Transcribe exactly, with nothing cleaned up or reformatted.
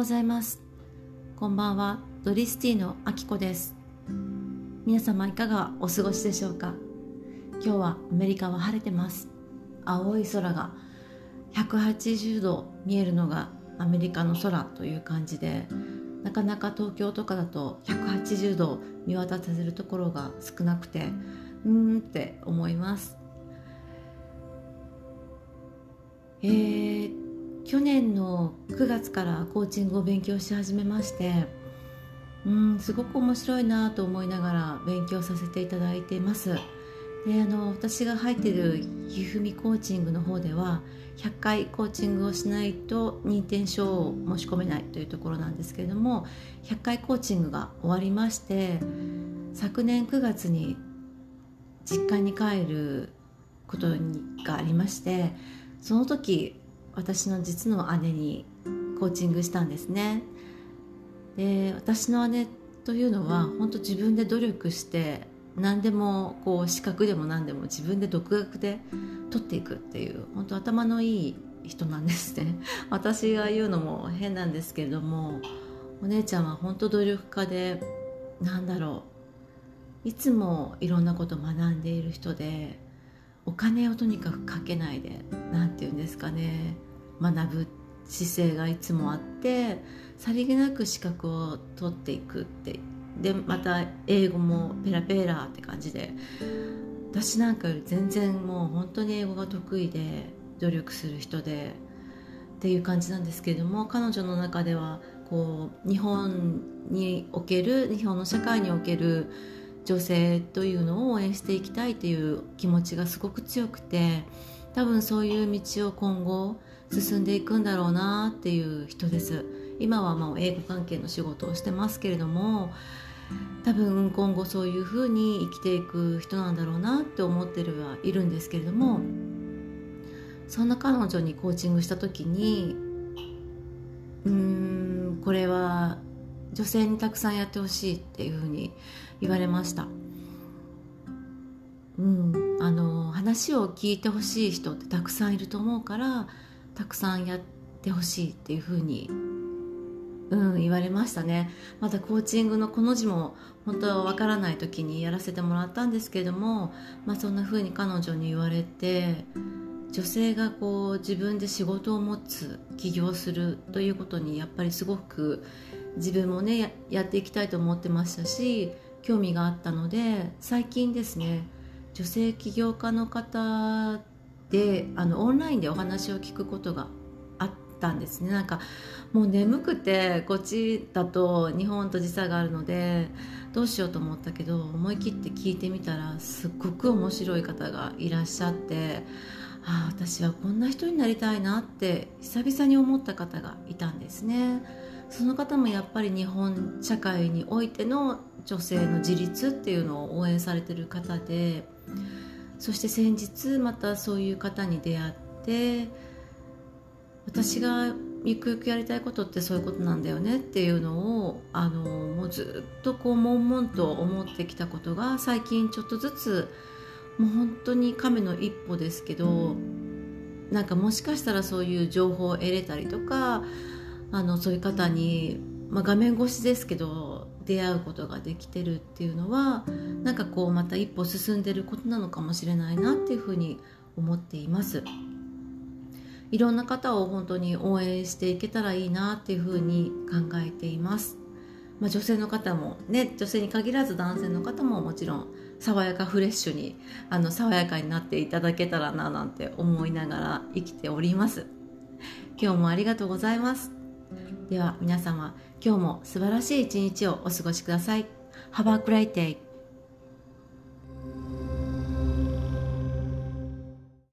ございます。こんばんは。ドリスティーのあきこです。皆様いかがお過ごしでしょうか。今日はアメリカは晴れてます。青い空がひゃくはちじゅうど見えるのがアメリカの空という感じで、なかなか東京とかだとひゃくはちじゅうど見渡せるところが少なくて、うーんって思います。えー去年のくがつからコーチングを勉強し始めまして、うんすごく面白いなと思いながら勉強させていただいています。であの私が入っているひふみコーチングの方ではひゃっかいコーチングをしないと認定証を申し込めないというところなんですけれども、ひゃっかいコーチングが終わりまして、昨年くがつに実家に帰ることがありまして、その時私の実の姉にコーチングしたんですね。で私の姉というのは本当自分で努力して何でもこう資格でも何でも自分で独学で取っていくっていう本当頭のいい人なんですね。私が言うのも変なんですけれども、お姉ちゃんは本当努力家で、なんだろう、いつもいろんなことを学んでいる人で、お金をとにかくかけないで、なんていうんですかね、学ぶ姿勢がいつもあって、さりげなく資格を取っていくって、でまた英語もペラペラって感じで、私なんかより全然もう本当に英語が得意で努力する人でっていう感じなんですけれども、彼女の中ではこう日本における日本の社会における女性というのを応援していきたいという気持ちがすごく強くて、多分そういう道を今後進んでいくんだろうなっていう人です。今はもう英語関係の仕事をしてますけれども、多分今後そういうふうに生きていく人なんだろうなって思ってるはいるんですけれども、そんな彼女にコーチングした時に、うーんこれは女性にたくさんやってほしいっていうふうに言われました。うん、あの話を聞いてほしい人ってたくさんいると思うから、たくさんやってほしいっていうふうに、うん、言われましたね。またコーチングのこの字も本当はわからない時にやらせてもらったんですけれども、まあ、そんなふうに彼女に言われて、女性がこう自分で仕事を持つ起業するということにやっぱりすごく自分もね や, やっていきたいと思ってましたし、興味があったので、最近ですね、女性起業家の方であのオンラインでお話を聞くことがあったんですね。なんかもう眠くて、こっちだと日本と時差があるのでどうしようと思ったけど、思い切って聞いてみたらすっごく面白い方がいらっしゃって、ああ私はこんな人になりたいなって久々に思った方がいたんですね。その方もやっぱり日本社会においての女性の自立っていうのを応援されている方で、そして先日またそういう方に出会って、私がゆくゆくやりたいことってそういうことなんだよねっていうのをあのもうずっとこう悶々と思ってきたことが、最近ちょっとずつ、もう本当に亀の一歩ですけど、なんかもしかしたらそういう情報を得れたりとか、あのそういう方に、まあ、画面越しですけど出会うことができてるっていうのは、なんかこうまた一歩進んでることなのかもしれないなっていうふうに思っています。いろんな方を本当に応援していけたらいいなっていうふうに考えています。まあ、女性の方もね、女性に限らず男性の方ももちろん爽やかフレッシュにあの爽やかになっていただけたらななんて思いながら生きております。今日もありがとうございます。では皆様、今日も素晴らしい一日をお過ごしください。Have a great day.